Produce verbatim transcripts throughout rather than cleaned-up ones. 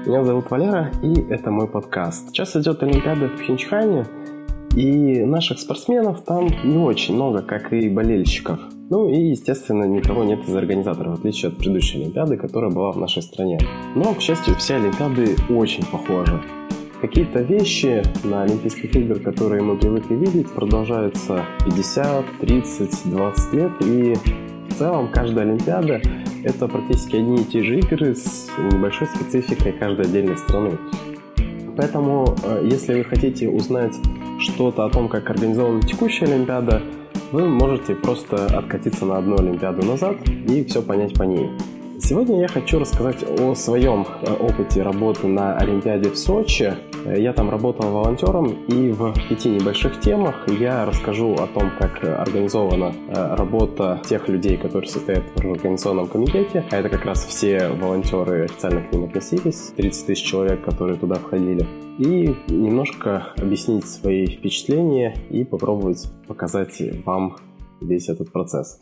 Меня зовут Валера, и это мой подкаст. Сейчас идет Олимпиада в Пхенчхане, и наших спортсменов там не очень много, как и болельщиков. Ну и, естественно, никого нет из организаторов, в отличие от предыдущей Олимпиады, которая была в нашей стране. Но, к счастью, все Олимпиады очень похожи. Какие-то вещи на Олимпийских играх, которые мы привыкли видеть, продолжаются пятьдесят, тридцать, двадцать лет, и в целом каждая Олимпиада – это практически одни и те же игры с небольшой спецификой каждой отдельной страны. Поэтому, если вы хотите узнать что-то о том, как организована текущая Олимпиада, вы можете просто откатиться на одну Олимпиаду назад и все понять по ней. Сегодня я хочу рассказать о своем опыте работы на Олимпиаде в Сочи. Я там работал волонтером, и в пяти небольших темах я расскажу о том, как организована работа тех людей, которые состоят в организационном комитете. А это как раз все волонтеры официально к ним относились, тридцать тысяч человек, которые туда входили. И немножко объяснить свои впечатления и попробовать показать вам весь этот процесс.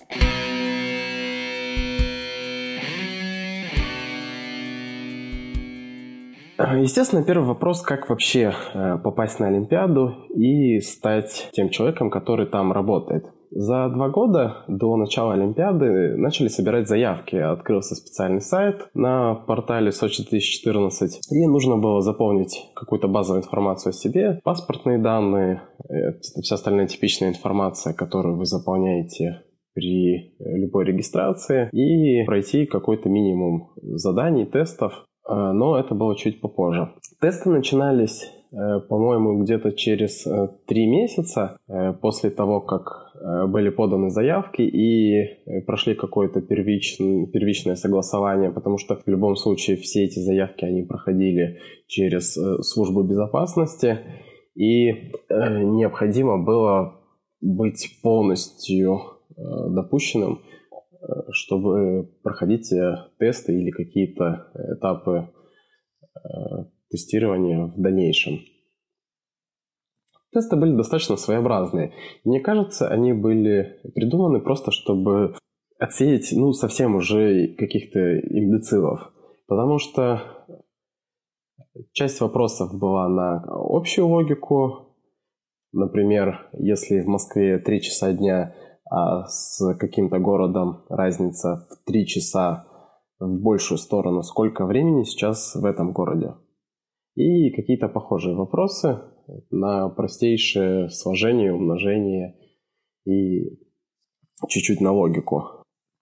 Естественно, первый вопрос, как вообще попасть на Олимпиаду и стать тем человеком, который там работает. За два года до начала Олимпиады начали собирать заявки. Открылся специальный сайт на портале Сочи две тысячи четырнадцать, и нужно было заполнить какую-то базовую информацию о себе, паспортные данные, вся остальная типичная информация, которую вы заполняете при любой регистрации, и пройти какой-то минимум заданий, тестов. Но это было чуть попозже. Тесты начинались, по-моему, где-то через три месяца после того, как были поданы заявки и прошли какое-то первичное, первичное согласование, потому что в любом случае все эти заявки они проходили через службу безопасности, и необходимо было быть полностью допущенным, чтобы проходить тесты или какие-то этапы тестирования в дальнейшем. Тесты были достаточно своеобразные. Мне кажется, они были придуманы просто, чтобы отсеять, ну, совсем уже каких-то имбецилов. Потому что часть вопросов была на общую логику. Например, если в Москве три часа дня, а с каким-то городом разница в три часа в большую сторону, сколько времени сейчас в этом городе. И какие-то похожие вопросы на простейшее сложение, умножение и чуть-чуть на логику.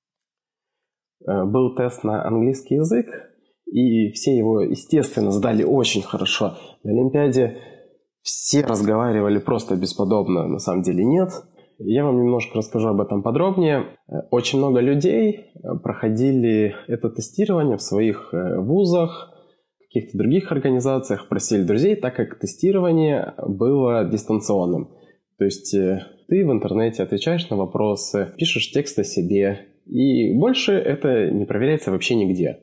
Был тест на английский язык, и все его, естественно, сдали очень хорошо. На Олимпиаде все разговаривали просто бесподобно, на самом деле нет. Я вам немножко расскажу об этом подробнее. Очень много людей проходили это тестирование в своих вузах, в каких-то других организациях, просили друзей, так как тестирование было дистанционным. То есть ты в интернете отвечаешь на вопросы, пишешь текст о себе, и больше это не проверяется вообще нигде.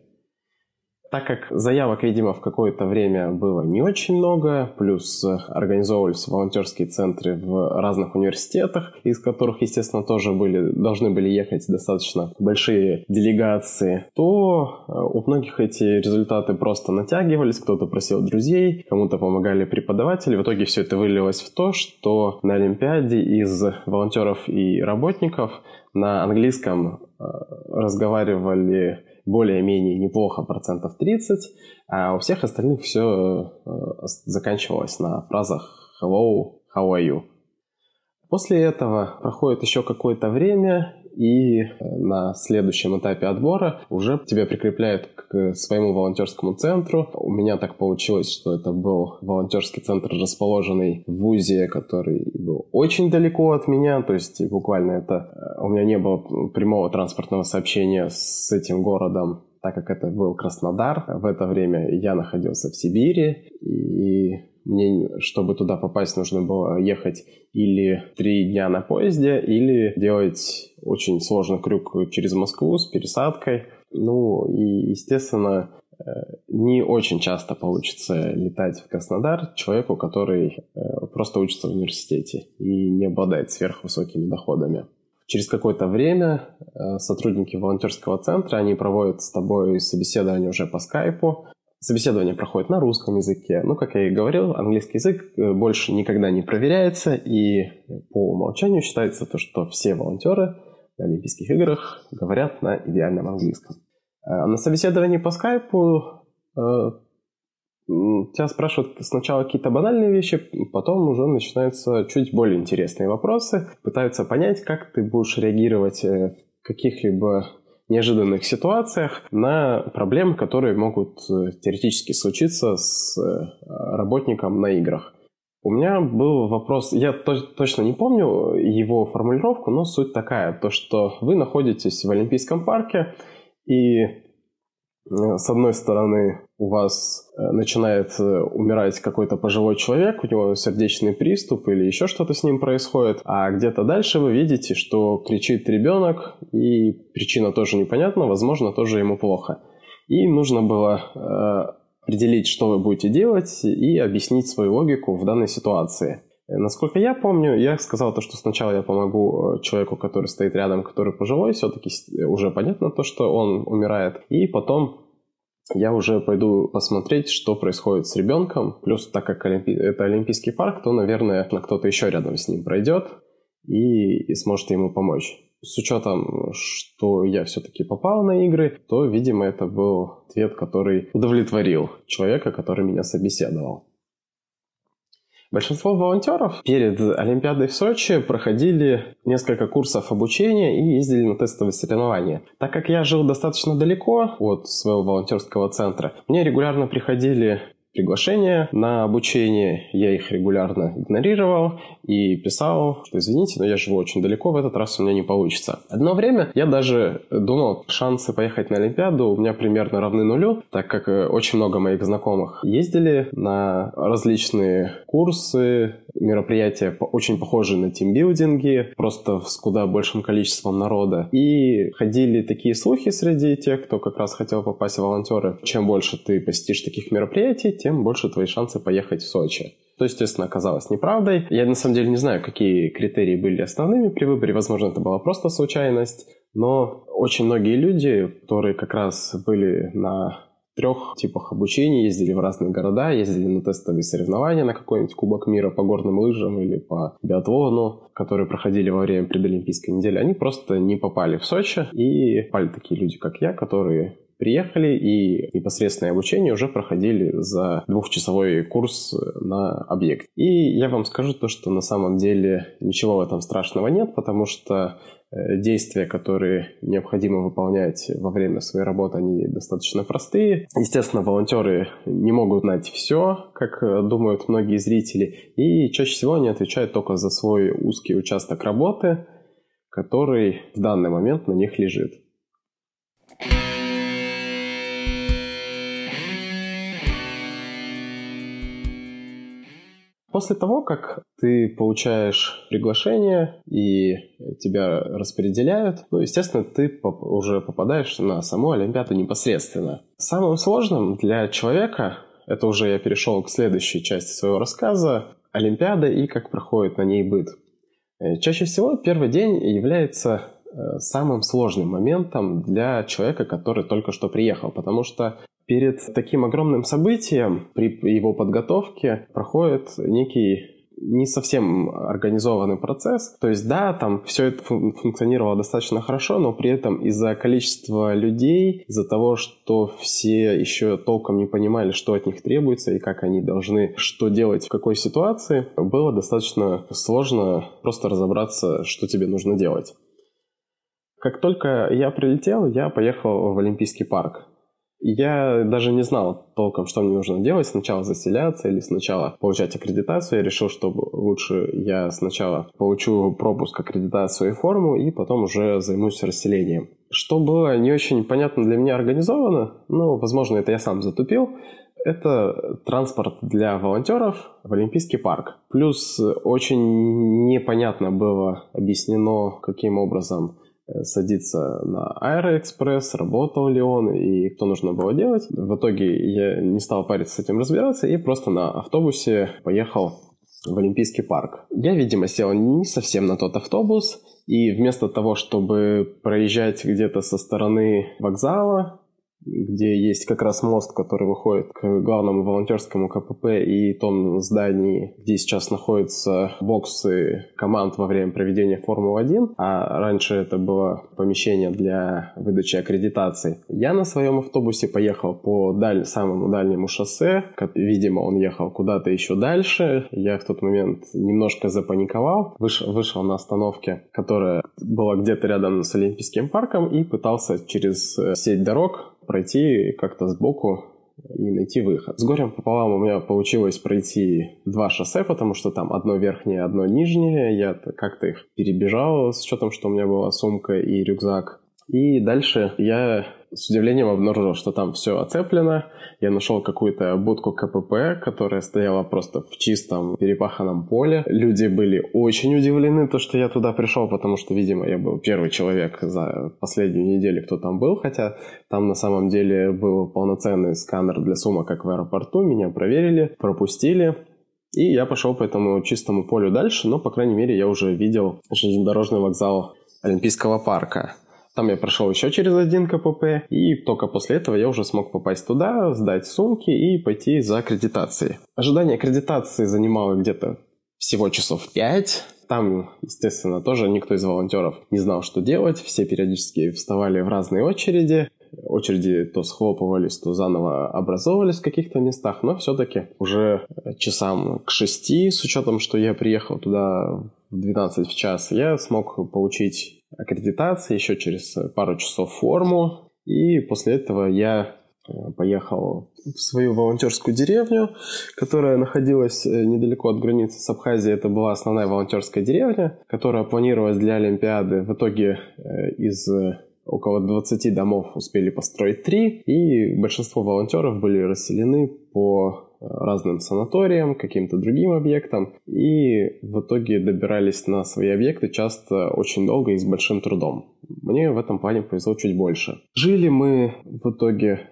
Так как заявок, видимо, в какое-то время было не очень много, плюс организовывались волонтерские центры в разных университетах, из которых, естественно, тоже были, должны были ехать достаточно большие делегации, то у многих эти результаты просто натягивались, кто-то просил друзей, кому-то помогали преподаватели. В итоге все это вылилось в то, что на Олимпиаде из волонтеров и работников на английском разговаривали более-менее неплохо, процентов тридцать, а у всех остальных все заканчивалось на фразах «Hello, how are you?». После этого проходит еще какое-то время, и на следующем этапе отбора уже тебя прикрепляют к своему волонтерскому центру. У меня так получилось, что это был волонтерский центр, расположенный в вузе, который был очень далеко от меня, то есть буквально это у меня не было прямого транспортного сообщения с этим городом, так как это был Краснодар. В это время я находился в Сибири, и мне, чтобы туда попасть, нужно было ехать или три дня на поезде, или делать очень сложный крюк через Москву с пересадкой. Ну и, естественно, не очень часто получится летать в Краснодар человеку, который просто учится в университете и не обладает сверхвысокими доходами. Через какое-то время сотрудники волонтерского центра, они проводят с тобой собеседование уже по скайпу. Собеседование проходит на русском языке. Ну, как я и говорил, английский язык больше никогда не проверяется, и по умолчанию считается то, что все волонтеры на Олимпийских играх говорят на идеальном английском. На собеседовании по скайпу тебя спрашивают сначала какие-то банальные вещи, потом уже начинаются чуть более интересные вопросы. Пытаются понять, как ты будешь реагировать в каких-либо неожиданных ситуациях на проблемы, которые могут теоретически случиться с работником на играх. У меня был вопрос, я то- точно не помню его формулировку, но суть такая, то что вы находитесь в Олимпийском парке, и с одной стороны у вас начинает умирать какой-то пожилой человек, у него сердечный приступ или еще что-то с ним происходит, а где-то дальше вы видите, что кричит ребенок, и причина тоже непонятна, возможно, тоже ему плохо. И нужно было э, определить, что вы будете делать, и объяснить свою логику в данной ситуации. Насколько я помню, я сказал то, что сначала я помогу человеку, который стоит рядом, который пожилой, все-таки уже понятно то, что он умирает, и потом я уже пойду посмотреть, что происходит с ребенком. Плюс, так как олимпи... это Олимпийский парк, то, наверное, кто-то еще рядом с ним пройдет и, и сможет ему помочь. С учетом, что я все-таки попал на игры, то, видимо, это был ответ, который удовлетворил человека, который меня собеседовал. Большинство волонтеров перед Олимпиадой в Сочи проходили несколько курсов обучения и ездили на тестовые соревнования. Так как я жил достаточно далеко от своего волонтерского центра, мне регулярно приходили приглашения на обучение, я их регулярно игнорировал и писал, что извините, но я живу очень далеко, в этот раз у меня не получится. Одно время я даже думал, шансы поехать на Олимпиаду у меня примерно равны нулю, так как очень много моих знакомых ездили на различные курсы, мероприятия очень похожие на тимбилдинги, просто с куда большим количеством народа. И ходили такие слухи среди тех, кто как раз хотел попасть в волонтеры. Чем больше ты посетишь таких мероприятий, тем больше твои шансы поехать в Сочи. То, естественно, оказалось неправдой. Я, на самом деле, не знаю, какие критерии были основными при выборе. Возможно, это была просто случайность. Но очень многие люди, которые как раз были на трех типах обучения, ездили в разные города, ездили на тестовые соревнования, на какой-нибудь Кубок мира по горным лыжам или по биатлону, которые проходили во время предолимпийской недели, они просто не попали в Сочи. И попали такие люди, как я, которые приехали и непосредственное обучение уже проходили за двухчасовой курс на объект. И я вам скажу то, что на самом деле ничего в этом страшного нет, потому что действия, которые необходимо выполнять во время своей работы, они достаточно простые. Естественно, волонтеры не могут знать все, как думают многие зрители, и чаще всего они отвечают только за свой узкий участок работы, который в данный момент на них лежит. После того, как ты получаешь приглашение и тебя распределяют, ну, естественно, ты поп- уже попадаешь на саму Олимпиаду непосредственно. Самым сложным для человека, это уже я перешел к следующей части своего рассказа, Олимпиада и как проходит на ней быт. Чаще всего первый день является самым сложным моментом для человека, который только что приехал, потому что перед таким огромным событием, при его подготовке, проходит некий не совсем организованный процесс. То есть, да, там все это функционировало достаточно хорошо, но при этом из-за количества людей, из-за того, что все еще толком не понимали, что от них требуется и как они должны что делать в какой ситуации, было достаточно сложно просто разобраться, что тебе нужно делать. Как только я прилетел, я поехал в Олимпийский парк. Я даже не знал толком, что мне нужно делать. Сначала заселяться или сначала получать аккредитацию. Я решил, что лучше я сначала получу пропуск, аккредитацию и форму, и потом уже займусь расселением. Что было не очень понятно для меня организовано, но, возможно, это я сам затупил, это транспорт для волонтеров в Олимпийский парк. Плюс очень непонятно было объяснено, каким образом садиться на Аэроэкспресс, работал ли он и что нужно было делать. В итоге я не стал париться с этим разбираться и просто на автобусе поехал в Олимпийский парк. Я, видимо, сел не совсем на тот автобус, и вместо того, чтобы проезжать где-то со стороны вокзала, где есть как раз мост, который выходит к главному волонтерскому КПП, и том здании, где сейчас находятся боксы команд во время проведения Формулы один, а раньше это было помещение для выдачи аккредитаций. Я на своем автобусе поехал по даль... самому дальнему шоссе, как, видимо, он ехал куда-то еще дальше. Я в тот момент немножко запаниковал, выш... вышел на остановке, которая была где-то рядом с Олимпийским парком, и пытался через сеть дорог пройти как-то сбоку и найти выход. С горем пополам у меня получилось пройти два шоссе, потому что там одно верхнее, одно нижнее. Я как-то их перебежал с учетом, что у меня была сумка и рюкзак. И дальше я с удивлением обнаружил, что там все оцеплено. Я нашел какую-то будку КПП, которая стояла просто в чистом перепаханном поле. Люди были очень удивлены, то, что я туда пришел, потому что, видимо, я был первый человек за последнюю неделю, кто там был, хотя там на самом деле был полноценный сканер для сумок, как в аэропорту. Меня проверили, пропустили. И я пошел по этому чистому полю дальше, но, по крайней мере, я уже видел железнодорожный вокзал Олимпийского парка. Там я прошел еще через один КПП, и только после этого я уже смог попасть туда, сдать сумки и пойти за аккредитацией. Ожидание аккредитации занимало где-то всего часов пять. Там, естественно, тоже никто из волонтеров не знал, что делать. Все периодически вставали в разные очереди. Очереди то схлопывались, то заново образовывались в каких-то местах, но все-таки уже часам к шести, с учетом, что я приехал туда в двенадцать в час, я смог получить аккредитацию, еще через пару часов форму, и после этого я поехал в свою волонтерскую деревню, которая находилась недалеко от границы с Абхазией. Это была основная волонтерская деревня, которая планировалась для Олимпиады. В итоге из около двадцати домов успели построить три, и большинство волонтеров были расселены по разным санаториям, каким-то другим объектам, и в итоге добирались на свои объекты часто очень долго и с большим трудом. Мне в этом плане повезло чуть больше. Жили мы в итоге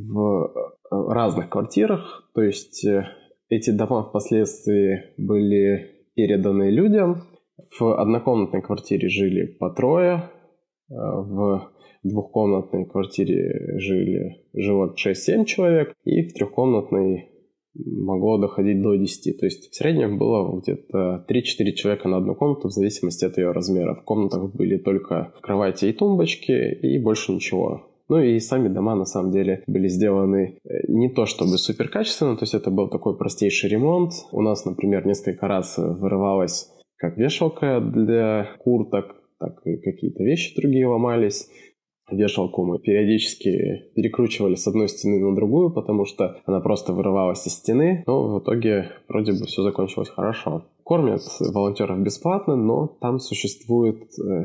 в разных квартирах, то есть эти дома впоследствии были переданы людям. В однокомнатной квартире жили по трое, в двухкомнатной квартире жили, жило шесть-семь человек, и в трехкомнатной могло доходить до десяти. То есть в среднем было где-то три-четыре человека на одну комнату, в зависимости от ее размера. В комнатах были только кровати и тумбочки, и больше ничего. Ну и сами дома на самом деле были сделаны не то чтобы супер качественно, то есть это был такой простейший ремонт. У нас, например, несколько раз вырывалась как вешалка для курток, так и какие-то вещи другие ломались. Вешалку мы периодически перекручивали с одной стены на другую, потому что она просто вырывалась из стены, но в итоге вроде бы все закончилось хорошо. Кормят волонтеров бесплатно, но там существует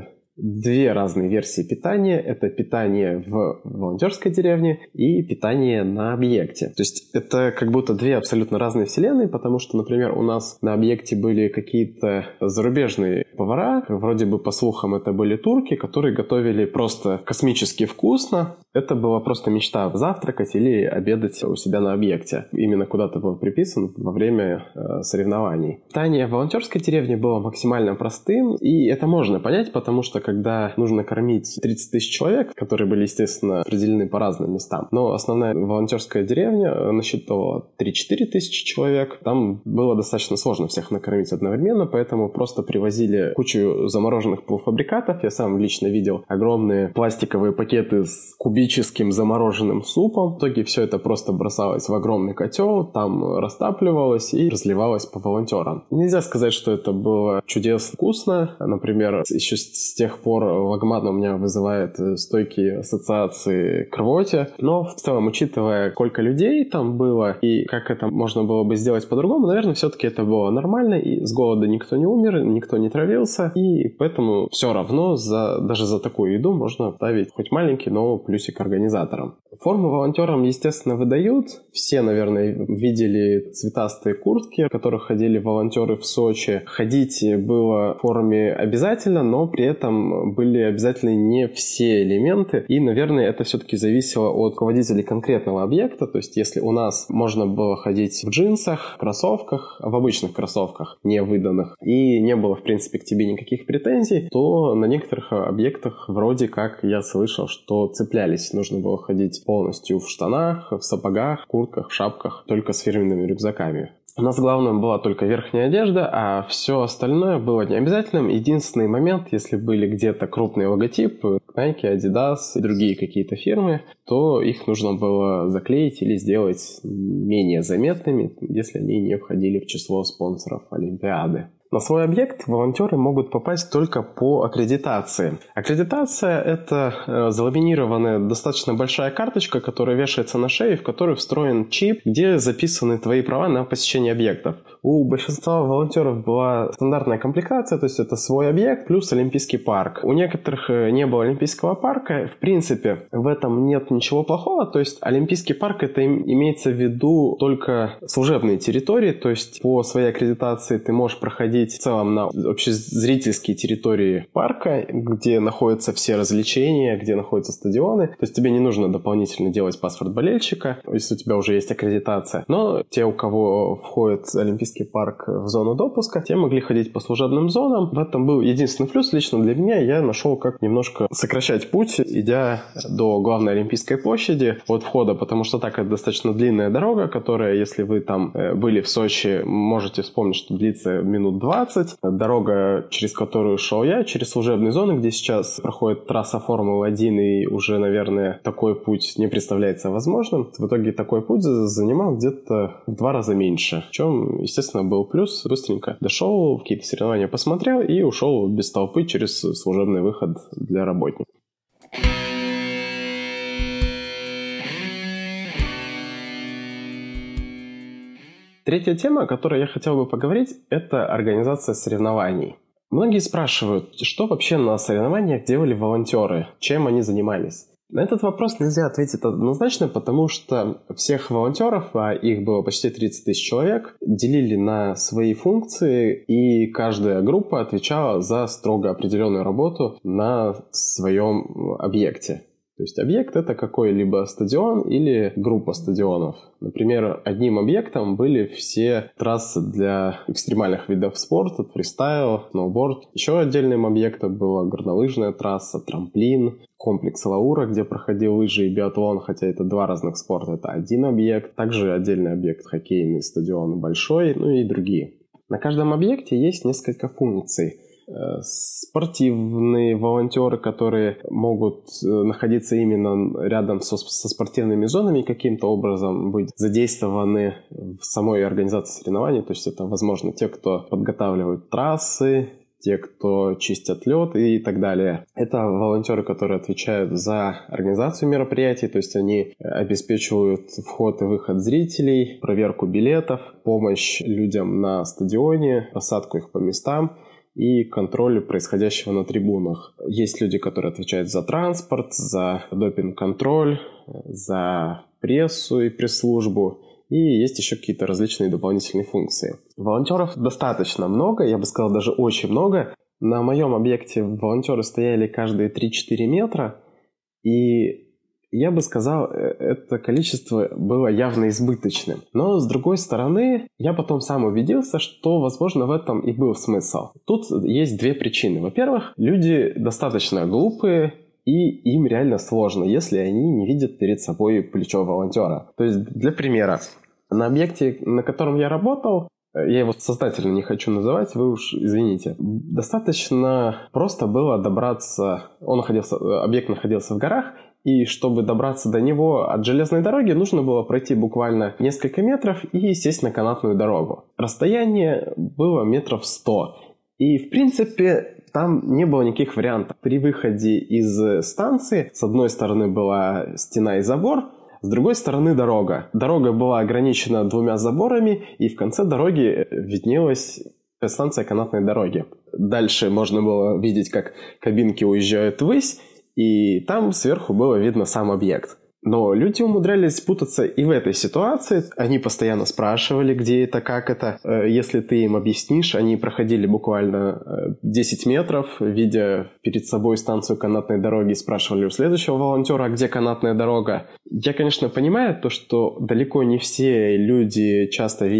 две разные версии питания. Это питание в волонтерской деревне и питание на объекте. То есть это как будто две абсолютно разные вселенные, потому что, например, у нас на объекте были какие-то зарубежные повара. Вроде бы, по слухам, это были турки, которые готовили просто космически вкусно. Это была просто мечта завтракать или обедать у себя на объекте. Именно куда-то был приписан во время э, соревнований. Питание в волонтерской деревне было максимально простым, и это можно понять, потому что когда нужно кормить тридцать тысяч человек, которые были, естественно, определены по разным местам, но основная волонтерская деревня насчитывала три-четыре тысячи человек, там было достаточно сложно всех накормить одновременно, поэтому просто привозили кучу замороженных полуфабрикатов. Я сам лично видел огромные пластиковые пакеты с кубическим замороженным супом. В итоге все это просто бросалось в огромный котел, там растапливалось и разливалось по волонтерам. Нельзя сказать, что это было чудесно вкусно. Например, еще с тех пор лагман у меня вызывает стойкие ассоциации к рвоте. Но в целом, учитывая, сколько людей там было и как это можно было бы сделать по-другому, наверное, все-таки это было нормально. И с голода никто не умер, никто не травился. И поэтому все равно за, даже за такую еду можно ставить хоть маленький, но плюсик организаторам. Форму волонтерам, естественно, выдают. Все, наверное, видели цветастые куртки, в которых ходили волонтеры в Сочи. Ходить было в форме обязательно, но при этом были обязательны не все элементы. И, наверное, это все-таки зависело от руководителей конкретного объекта. То есть, если у нас можно было ходить в джинсах, кроссовках, в обычных кроссовках, не выданных, и не было, в принципе, к тебе никаких претензий, то на некоторых объектах вроде как я слышал, что цеплялись. Нужно было ходить полностью в штанах, в сапогах, в куртках, в шапках, только с фирменными рюкзаками. У нас главным была только верхняя одежда, а все остальное было необязательным. Единственный момент, если были где-то крупные логотипы, Nike, Adidas и другие какие-то фирмы, то их нужно было заклеить или сделать менее заметными, если они не входили в число спонсоров Олимпиады. На свой объект волонтеры могут попасть только по аккредитации. Аккредитация – это заламинированная достаточно большая карточка, которая вешается на шею, в которой встроен чип, где записаны твои права на посещение объектов. У большинства волонтеров была стандартная комплектация, то есть это свой объект плюс Олимпийский парк. У некоторых не было Олимпийского парка. В принципе, в этом нет ничего плохого. То есть Олимпийский парк – это имеется в виду только служебные территории, то есть по своей аккредитации ты можешь проходить в целом на общезрительские территории парка, где находятся все развлечения, где находятся стадионы. То есть тебе не нужно дополнительно делать паспорт болельщика, если у тебя уже есть аккредитация. Но те, у кого входит Олимпийский парк в зону допуска, те могли ходить по служебным зонам. В этом был единственный плюс лично для меня. Я нашел, как немножко сокращать путь, идя до главной Олимпийской площади от входа, потому что так это достаточно длинная дорога, которая, если вы там были в Сочи, можете вспомнить, что длится минут двадцать. Дорога, через которую шел я, через служебные зоны, где сейчас проходит трасса Формулы один, и уже, наверное, такой путь не представляется возможным. В итоге такой путь занимал где-то в два раза меньше. В чем, естественно, был плюс. Быстренько дошел, какие-то соревнования посмотрел и ушел без толпы через служебный выход для работников. Третья тема, о которой я хотел бы поговорить, это организация соревнований. Многие спрашивают, что вообще на соревнованиях делали волонтеры, чем они занимались. На этот вопрос нельзя ответить однозначно, потому что всех волонтеров, а их было почти тридцать тысяч человек, делили на свои функции, и каждая группа отвечала за строго определенную работу на своем объекте. То есть объект – это какой-либо стадион или группа стадионов. Например, одним объектом были все трассы для экстремальных видов спорта, фристайл, сноуборд. Еще отдельным объектом была горнолыжная трасса, трамплин, комплекс Лаура, где проходил лыжи и биатлон, хотя это два разных спорта, это один объект. Также отдельный объект – хоккейный стадион большой, ну и другие. На каждом объекте есть несколько функций. Спортивные волонтеры, которые могут находиться именно рядом со, со спортивными зонами, каким-то образом быть задействованы в самой организации соревнований. То есть это, возможно, те, кто подготавливают трассы, те, кто чистят лед и так далее. Это волонтеры, которые отвечают за организацию мероприятий, то есть они обеспечивают вход и выход зрителей, проверку билетов, помощь людям на стадионе, рассадку их по местам и контроль происходящего на трибунах. Есть люди, которые отвечают за транспорт, за допинг-контроль, за прессу и пресс-службу. И есть еще какие-то различные дополнительные функции. Волонтеров достаточно много, я бы сказал, даже очень много. На моем объекте волонтеры стояли каждые три-четыре метра, и я бы сказал, это количество было явно избыточным. Но, с другой стороны, я потом сам убедился, что, возможно, в этом и был смысл. Тут есть две причины. Во-первых, люди достаточно глупые, и им реально сложно, если они не видят перед собой плечо волонтера. То есть, для примера, на объекте, на котором я работал, я его сознательно не хочу называть, вы уж извините. Достаточно просто было добраться, он находился, объект находился в горах, и чтобы добраться до него от железной дороги, нужно было пройти буквально несколько метров и сесть на канатную дорогу. Расстояние было метров сто. И, в принципе, там не было никаких вариантов. При выходе из станции с одной стороны была стена и забор, с другой стороны дорога. Дорога была ограничена двумя заборами, и в конце дороги виднелась станция канатной дороги. Дальше можно было видеть, как кабинки уезжают ввысь, и там сверху было видно сам объект. Но люди умудрялись путаться и в этой ситуации. Они постоянно спрашивали, где это, как это. Если ты им объяснишь, они проходили буквально десять метров, видя перед собой станцию канатной дороги, спрашивали у следующего волонтера, а где канатная дорога. Я, конечно, понимаю то, что далеко не все люди часто видят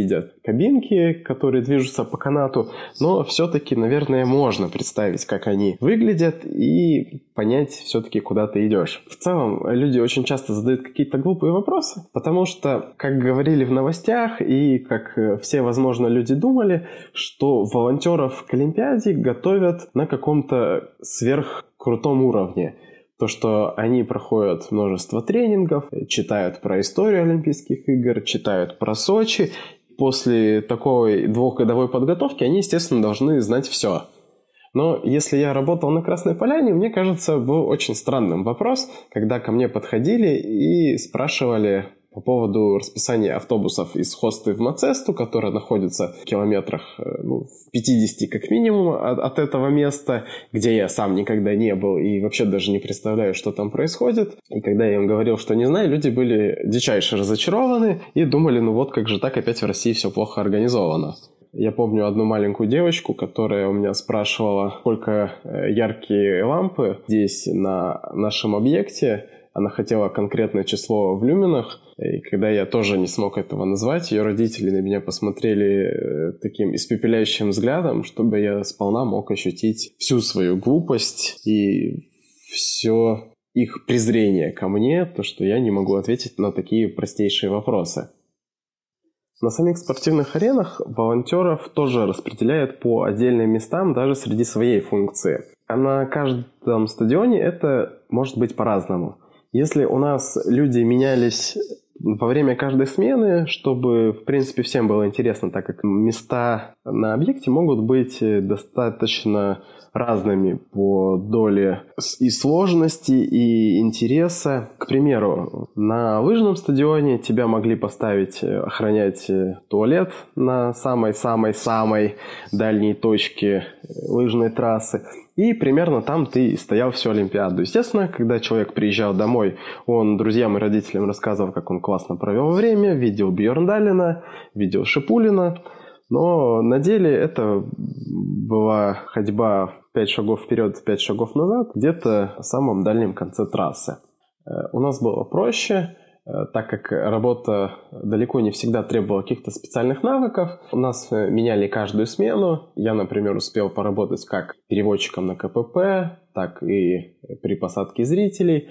кабинки, которые движутся по канату, но все-таки, наверное, можно представить, как они выглядят и понять все-таки, куда ты идешь. В целом, люди очень часто задают какие-то глупые вопросы, потому что, как говорили в новостях и как все, возможно, люди думали, что волонтеров к Олимпиаде готовят на каком-то сверхкрутом уровне. То, что они проходят множество тренингов, читают про историю Олимпийских игр, читают про Сочи. После такой двухгодовой подготовки они, естественно, должны знать все. Но если я работал на Красной Поляне, мне кажется, был очень странным вопрос, когда ко мне подходили и спрашивали по поводу расписания автобусов из Хосты в Мацесту, которая находится в километрах ну, в пятидесяти как минимум от, от этого места, где я сам никогда не был и вообще даже не представляю, что там происходит. И когда я им говорил, что не знаю, люди были дичайше разочарованы и думали, ну вот как же так опять в России все плохо организовано. Я помню одну маленькую девочку, которая у меня спрашивала, сколько яркие лампы здесь на нашем объекте. Она хотела конкретное число в люменах, и когда я тоже не смог этого назвать, ее родители на меня посмотрели таким испепеляющим взглядом, чтобы я сполна мог ощутить всю свою глупость и все их презрение ко мне, то, что я не могу ответить на такие простейшие вопросы. На самих спортивных аренах волонтеров тоже распределяют по отдельным местам даже среди своей функции. А на каждом стадионе это может быть по-разному. Если у нас люди менялись во время каждой смены, чтобы, в принципе, всем было интересно, так как места на объекте могут быть достаточно разными по доле и сложности, и интереса. К примеру, на лыжном стадионе тебя могли поставить охранять туалет на самой-самой-самой дальней точке лыжной трассы. И примерно там ты стоял всю Олимпиаду. Естественно, когда человек приезжал домой, он друзьям и родителям рассказывал, как он классно провел время, видел Бьерндалена, видел Шипулина. Но на деле это была ходьба пять шагов вперед, пять шагов назад, где-то в самом дальнем конце трассы. У нас было проще, так как работа далеко не всегда требовала каких-то специальных навыков. У нас меняли каждую смену. Я, например, успел поработать как переводчиком на ка пэ пэ, так и при посадке зрителей.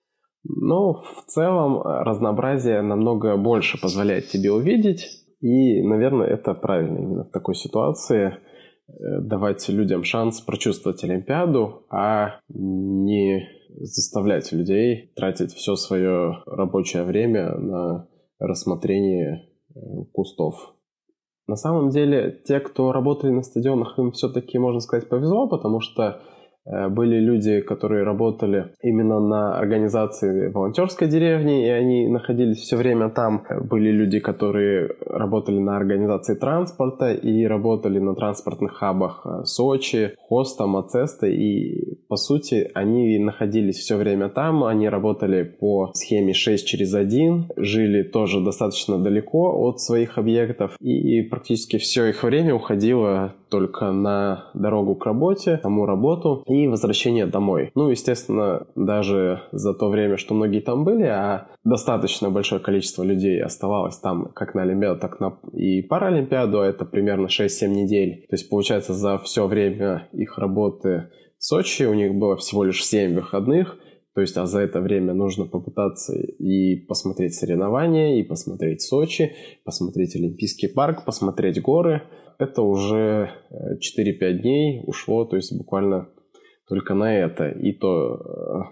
Но в целом разнообразие намного больше позволяет тебе увидеть. И, наверное, это правильно именно в такой ситуации давать людям шанс прочувствовать Олимпиаду, а не заставлять людей тратить все свое рабочее время на рассмотрение кустов. На самом деле, те, кто работали на стадионах, им все-таки, можно сказать, повезло, потому что были люди, которые работали именно на организации волонтерской деревни, и они находились все время там. Были люди, которые работали на организации транспорта и работали на транспортных хабах Сочи, Хоста, Мацеста, и по сути они находились все время там. Они работали по схеме шесть через один, жили тоже достаточно далеко от своих объектов, и практически все их время уходило только на дорогу к работе, саму работу и возвращение домой. Ну, естественно, даже за то время, что многие там были, а достаточно большое количество людей оставалось там как на Олимпиаду, так на и Паралимпиаду, а это примерно шесть-семь недель. То есть, получается, за все время их работы в Сочи у них было всего лишь семь выходных. То есть, а за это время нужно попытаться и посмотреть соревнования, и посмотреть Сочи, посмотреть Олимпийский парк, посмотреть горы. Это уже четыре-пять дней ушло, то есть буквально только на это. И то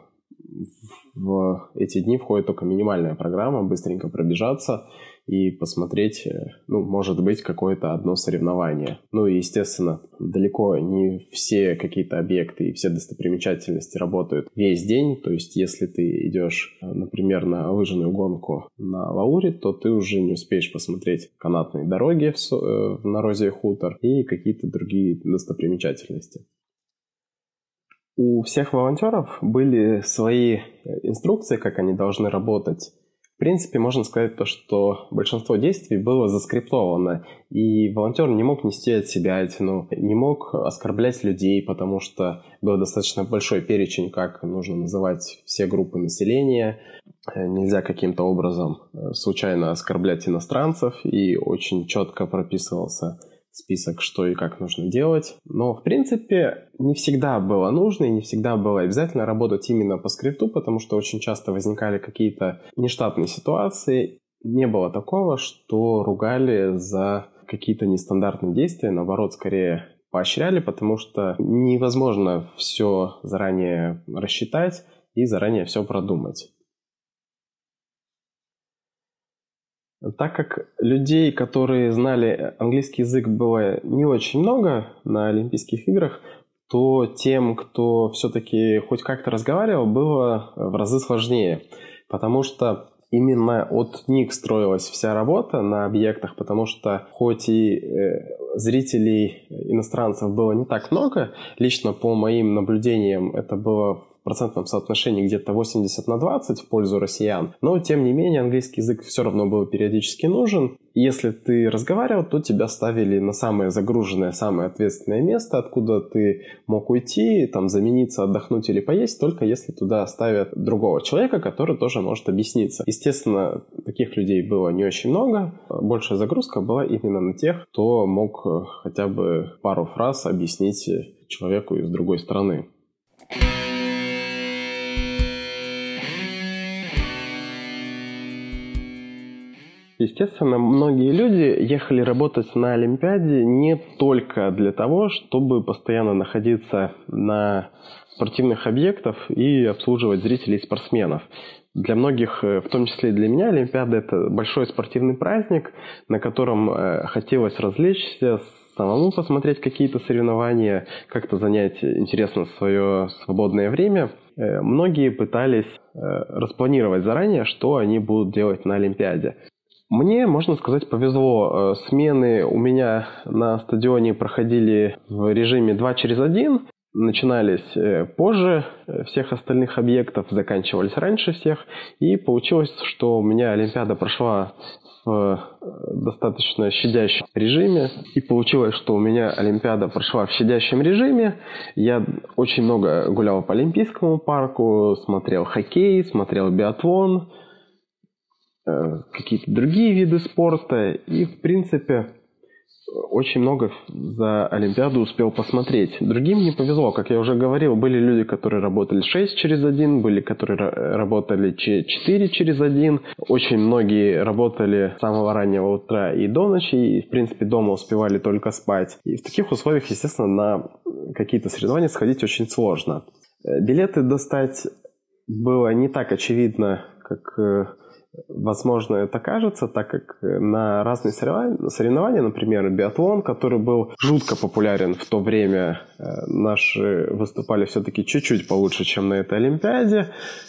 в эти дни входит только минимальная программа, быстренько пробежаться и посмотреть, ну, может быть, какое-то одно соревнование. Ну и, естественно, далеко не все какие-то объекты и все достопримечательности работают весь день. То есть, если ты идешь, например, на лыжную гонку на Лауре, то ты уже не успеешь посмотреть канатные дороги в Морозия хутор и какие-то другие достопримечательности. У всех волонтеров были свои инструкции, как они должны работать. В принципе, можно сказать то, что большинство действий было заскриптовано, и волонтер не мог нести от себя тяну, не мог оскорблять людей, потому что был достаточно большой перечень, как нужно называть все группы населения. нельзя каким-то образом случайно оскорблять иностранцев, и очень четко прописывался список, что и как нужно делать. Но, в принципе, не всегда было нужно и не всегда было обязательно работать именно по скрипту, потому что очень часто возникали какие-то нештатные ситуации. Не было такого, что ругали за какие-то нестандартные действия, наоборот, скорее поощряли, потому что невозможно все заранее рассчитать и заранее все продумать. Так как людей, которые знали английский язык, было не очень много на Олимпийских играх, то тем, кто все-таки хоть как-то разговаривал, было в разы сложнее. Потому что именно от них строилась вся работа на объектах, потому что хоть и зрителей иностранцев было не так много, лично по моим наблюдениям это было в процентном соотношении где-то восемьдесят на двадцать в пользу россиян, но тем не менее английский язык все равно был периодически нужен. Если ты разговаривал, то тебя ставили на самое загруженное, самое ответственное место, откуда ты мог уйти, там замениться, отдохнуть или поесть, только если туда ставят другого человека, который тоже может объясниться. Естественно, таких людей было не очень много. Большая загрузка была именно на тех, кто мог хотя бы пару фраз объяснить человеку из другой страны. Естественно, многие люди ехали работать на Олимпиаде не только для того, чтобы постоянно находиться на спортивных объектах и обслуживать зрителей и спортсменов. Для многих, в том числе и для меня, Олимпиада – это большой спортивный праздник, на котором хотелось развлечься, самому посмотреть какие-то соревнования, как-то занять интересно свое свободное время. Многие пытались распланировать заранее, что они будут делать на Олимпиаде. Мне, можно сказать, повезло. Смены у меня на стадионе проходили в режиме два через один. Начинались позже всех остальных объектов, заканчивались раньше всех. И получилось, что у меня Олимпиада прошла в достаточно щадящем режиме. И получилось, что у меня Олимпиада прошла в щадящем режиме. Я очень много гулял по Олимпийскому парку, смотрел хоккей, смотрел биатлон, какие-то другие виды спорта, и, в принципе, очень много за Олимпиаду успел посмотреть. Другим не повезло. Как я уже говорил, были люди, которые работали шесть через один, были, которые работали четыре через один. Очень многие работали с самого раннего утра и до ночи, и, в принципе, дома успевали только спать. И в таких условиях, естественно, на какие-то соревнования сходить очень сложно. Билеты достать было не так очевидно, как возможно, это кажется, так как на разные соревнования, например, биатлон, который был жутко популярен в то время, наши выступали все-таки чуть-чуть получше, чем на этой Олимпиаде.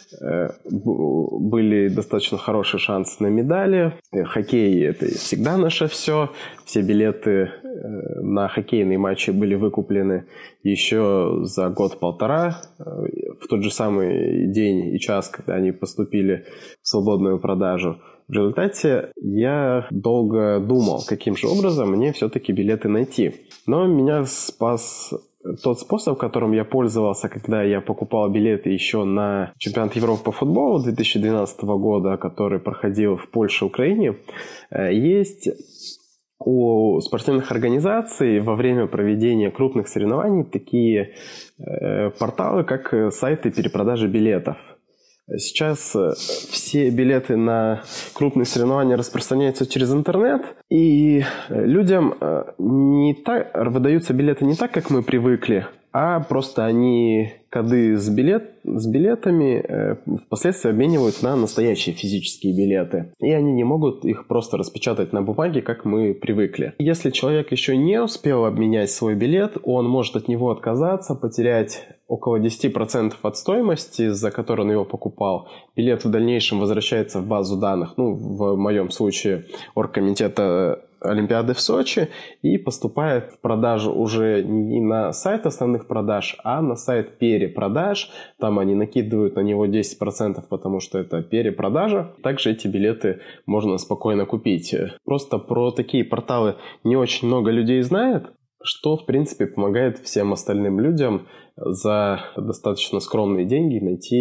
Были достаточно хорошие шансы на медали. Хоккей – это всегда наше все. Все билеты на хоккейные матчи были выкуплены еще за год-полтора, в тот же самый день и час, когда они поступили в свободную продажу. В результате я долго думал, каким же образом мне все-таки билеты найти. Но меня спас тот способ, которым я пользовался, когда я покупал билеты еще на чемпионат Европы по футболу две тысячи двенадцатого года, который проходил в Польше и Украине. Есть у спортивных организаций во время проведения крупных соревнований такие э, порталы, как сайты перепродажи билетов. Сейчас все билеты на крупные соревнования распространяются через интернет, и людям не так, выдаются билеты не так, как мы привыкли, а просто они коды с, билет, с билетами э, впоследствии обменивают на настоящие физические билеты. И они не могут их просто распечатать на бумаге, как мы привыкли. Если человек еще не успел обменять свой билет, он может от него отказаться, потерять около десять процентов от стоимости, за которую он его покупал. Билет в дальнейшем возвращается в базу данных, ну, в моем случае, оргкомитета Олимпиады в Сочи, и поступает в продажу уже не на сайт основных продаж, а на сайт перепродаж. Там они накидывают на него десять процентов, потому что это перепродажа. Также эти билеты можно спокойно купить. Просто про такие порталы не очень много людей знает, что, в принципе, помогает всем остальным людям за достаточно скромные деньги найти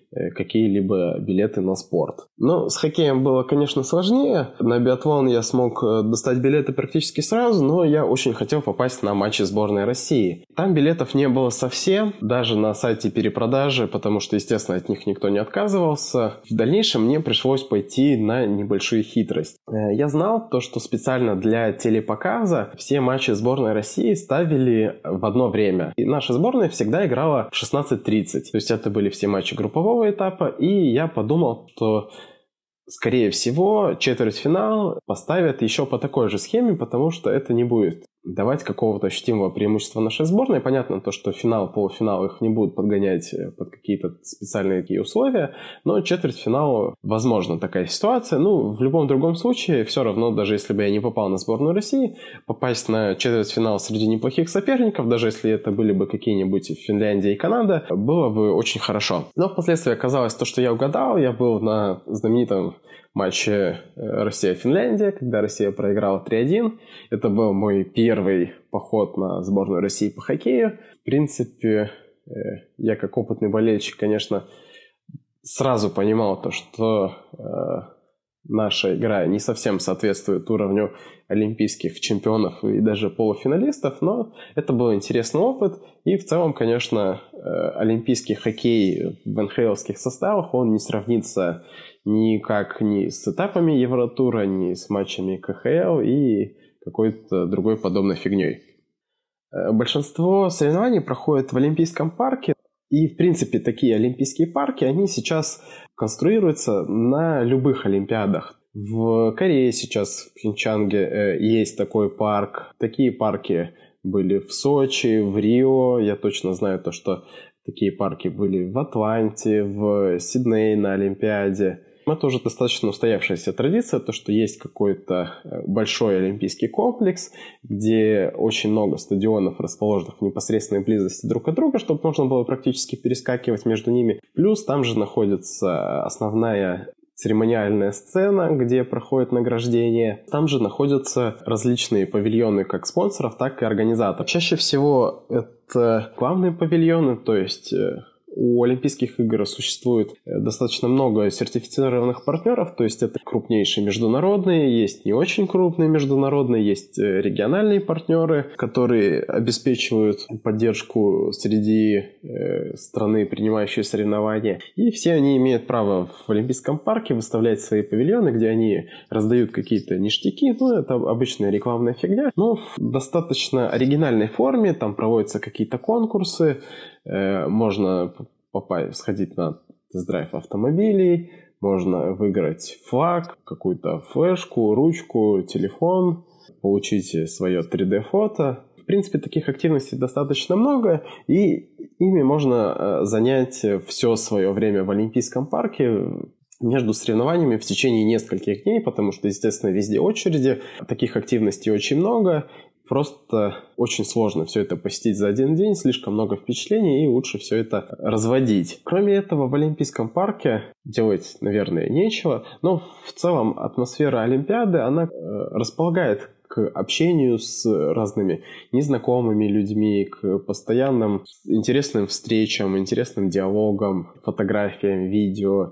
какие-либо билеты на спорт. Но с хоккеем было, конечно, сложнее. На биатлон я смог достать билеты практически сразу, но я очень хотел попасть на матчи сборной России. Там билетов не было совсем, даже на сайте перепродажи, потому что, естественно, от них никто не отказывался. В дальнейшем мне пришлось пойти на небольшую хитрость. Я знал то, что специально для телепоказа все матчи сборной России ставили в одно время. И наша сборная всегда играла в шестнадцать тридцать. То есть это были все матчи группового этапа, и я подумал, что, скорее всего, четвертьфинал поставят еще по такой же схеме, потому что это не будет давать какого-то ощутимого преимущества нашей сборной. Понятно то, что финал, полуфинал их не будут подгонять под какие-то специальные такие условия, но четвертьфинал, возможно, такая ситуация. Ну, в любом другом случае, все равно, даже если бы я не попал на сборную России, попасть на четвертьфинал среди неплохих соперников, даже если это были бы какие-нибудь Финляндия и Канада, было бы очень хорошо. Но впоследствии оказалось то, что я угадал. Я был на знаменитом матче Россия-Финляндия, когда Россия проиграла три один. Это был мой первый поход на сборную России по хоккею. В принципе, я как опытный болельщик, конечно, сразу понимал то, что наша игра не совсем соответствует уровню олимпийских чемпионов и даже полуфиналистов, но это был интересный опыт. И в целом, конечно, олимпийский хоккей в эн ха эловских составах, он не сравнится никак ни с этапами Евротура, ни с матчами ка ха эл и какой-то другой подобной фигней. Большинство соревнований проходит в Олимпийском парке, и, в принципе, такие олимпийские парки, они сейчас конструируются на любых олимпиадах. В Корее сейчас, в Пхенчханге, есть такой парк. Такие парки были в Сочи, в Рио. Я точно знаю то, что такие парки были в Атланте, в Сиднее на Олимпиаде. Это уже достаточно устоявшаяся традиция, то, что есть какой-то большой олимпийский комплекс, где очень много стадионов, расположенных в непосредственной близости друг от друга, чтобы можно было практически перескакивать между ними. Плюс там же находится основная церемониальная сцена, где проходит награждение. Там же находятся различные павильоны как спонсоров, так и организаторов. Чаще всего это главные павильоны, то есть у Олимпийских игр существует достаточно много сертифицированных партнеров, то есть это крупнейшие международные, есть не очень крупные международные, есть региональные партнеры, которые обеспечивают поддержку среди э, страны, принимающей соревнования. И все они имеют право в Олимпийском парке выставлять свои павильоны, где они раздают какие-то ништяки. Ну, это обычная рекламная фигня, но в достаточно оригинальной форме. Там проводятся какие-то конкурсы, э, можно попасть, сходить на тест-драйв автомобилей, можно выиграть флаг, какую-то флешку, ручку, телефон, получить свое три дэ-фото. В принципе, таких активностей достаточно много, и ими можно занять все свое время в Олимпийском парке между соревнованиями в течение нескольких дней, потому что, естественно, везде очереди, таких активностей очень много. Просто очень сложно все это посетить за один день, слишком много впечатлений, и лучше все это разводить. Кроме этого, в Олимпийском парке делать, наверное, нечего, но в целом атмосфера Олимпиады, она располагает к общению с разными незнакомыми людьми, к постоянным интересным встречам, интересным диалогам, фотографиям, видео.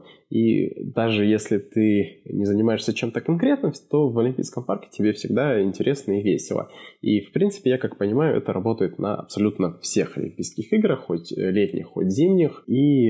И даже если ты не занимаешься чем-то конкретным, то в Олимпийском парке тебе всегда интересно и весело. И, в принципе, я как понимаю, это работает на абсолютно всех Олимпийских играх, хоть летних, хоть зимних. И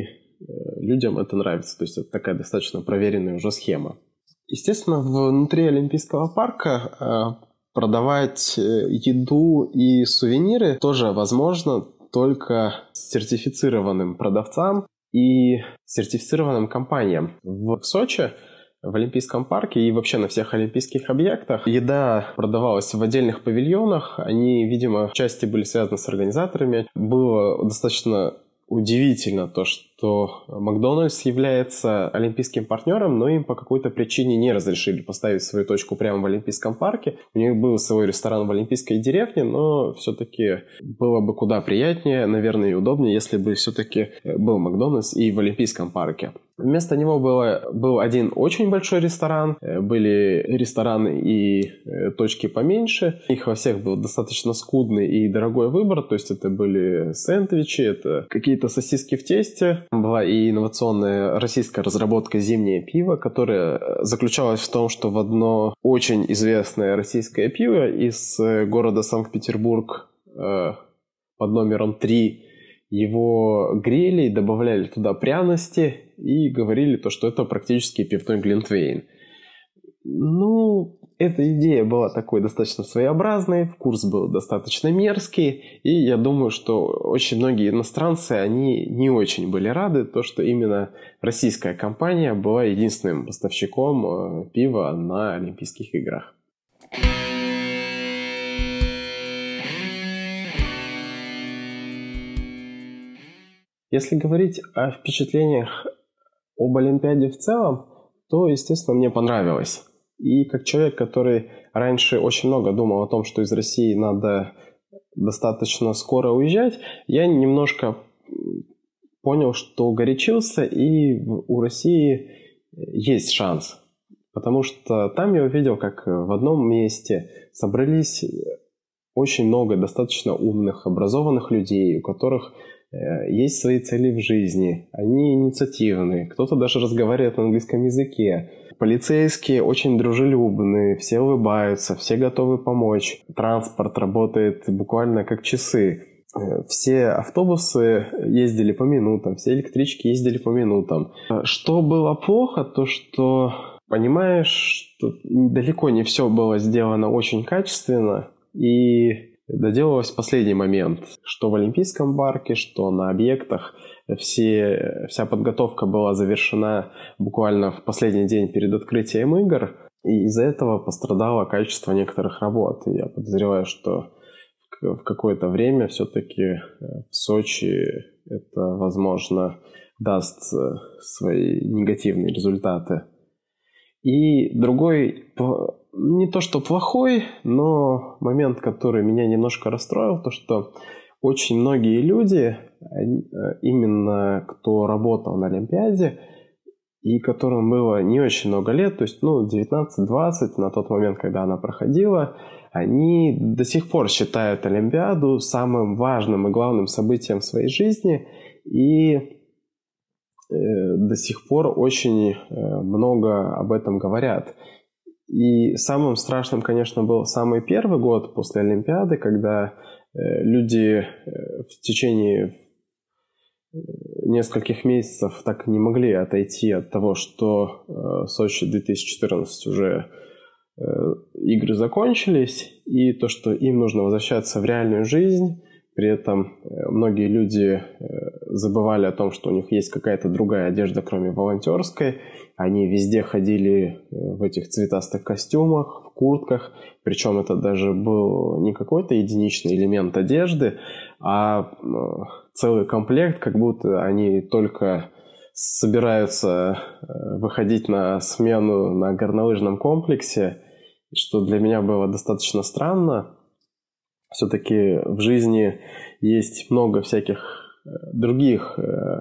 людям это нравится. То есть это такая достаточно проверенная уже схема. Естественно, внутри Олимпийского парка продавать еду и сувениры тоже возможно только сертифицированным продавцам и сертифицированным компаниям. В Сочи, в Олимпийском парке и вообще на всех олимпийских объектах еда продавалась в отдельных павильонах. Они, видимо, в части были связаны с организаторами. Было достаточно удивительно то, что Макдональдс является олимпийским партнером, но им по какой-то причине не разрешили поставить свою точку прямо в Олимпийском парке. У них был свой ресторан в Олимпийской деревне, но все-таки было бы куда приятнее, наверное, и удобнее, если бы все-таки был Макдональдс и в Олимпийском парке. Вместо него было, был один очень большой ресторан, были рестораны и точки поменьше. Их во всех был достаточно скудный и дорогой выбор, то есть это были сэндвичи, это какие-то сосиски в тесте. Была и инновационная российская разработка «Зимнее пиво», которая заключалась в том, что в одно очень известное российское пиво из города Санкт-Петербург э, под номером три его грели и добавляли туда пряности и говорили то, что это практически пивной глинтвейн. Ну, эта идея была такой достаточно своеобразной, вкус был достаточно мерзкий, и я думаю, что очень многие иностранцы, они не очень были рады, то, что именно российская компания была единственным поставщиком пива на Олимпийских играх. Если говорить о впечатлениях об Олимпиаде в целом, то, естественно, мне понравилось. И как человек, который раньше очень много думал о том, что из России надо достаточно скоро уезжать, я немножко понял, что горячился, и у России есть шанс. Потому что там я увидел, как в одном месте собрались очень много достаточно умных, образованных людей, у которых есть свои цели в жизни, они инициативные, кто-то даже разговаривает на английском языке. Полицейские очень дружелюбные, все улыбаются, все готовы помочь. Транспорт работает буквально как часы. Все автобусы ездили по минутам, все электрички ездили по минутам. Что было плохо, то что понимаешь, что далеко не все было сделано очень качественно, и доделалось в последний момент, что в Олимпийском парке, что на объектах. Все, вся подготовка была завершена буквально в последний день перед открытием игр, и из-за этого пострадало качество некоторых работ. И я подозреваю, что в какое-то время все-таки в Сочи это, возможно, даст свои негативные результаты. И другой, не то что плохой, но момент, который меня немножко расстроил, то что очень многие люди, именно кто работал на Олимпиаде, и которым было не очень много лет, то есть ну, девятнадцать-двадцать на тот момент, когда она проходила, они до сих пор считают Олимпиаду самым важным и главным событием в своей жизни, и до сих пор очень много об этом говорят. И самым страшным, конечно, был самый первый год после Олимпиады, когда люди в течение нескольких месяцев так не могли отойти от того, что Сочи две тысячи четырнадцать уже игры закончились, и то, что им нужно возвращаться в реальную жизнь. При этом многие люди забывали о том, что у них есть какая-то другая одежда, кроме волонтерской. Они везде ходили в этих цветастых костюмах, в куртках. Причем это даже был не какой-то единичный элемент одежды, а целый комплект, как будто они только собираются выходить на смену на горнолыжном комплексе, что для меня было достаточно странно. Все-таки в жизни есть много всяких других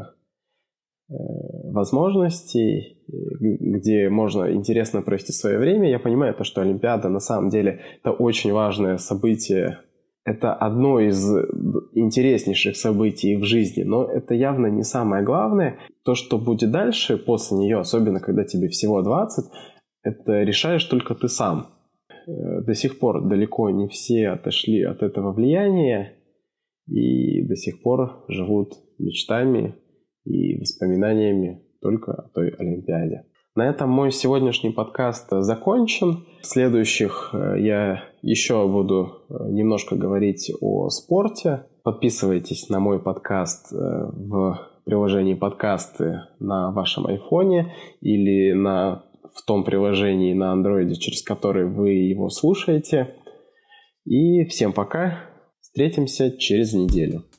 возможностей, где можно интересно провести свое время. Я понимаю то, что Олимпиада на самом деле это очень важное событие. Это одно из интереснейших событий в жизни, но это явно не самое главное. То, что будет дальше после нее, особенно когда тебе всего двадцать, это решаешь только ты сам. До сих пор далеко не все отошли от этого влияния и до сих пор живут мечтами и воспоминаниями только о той Олимпиаде. На этом мой сегодняшний подкаст закончен. В следующих я еще буду немножко говорить о спорте. Подписывайтесь на мой подкаст в приложении подкасты на вашем айфоне или на в том приложении на андроиде, через которое вы его слушаете. И всем пока. Встретимся через неделю.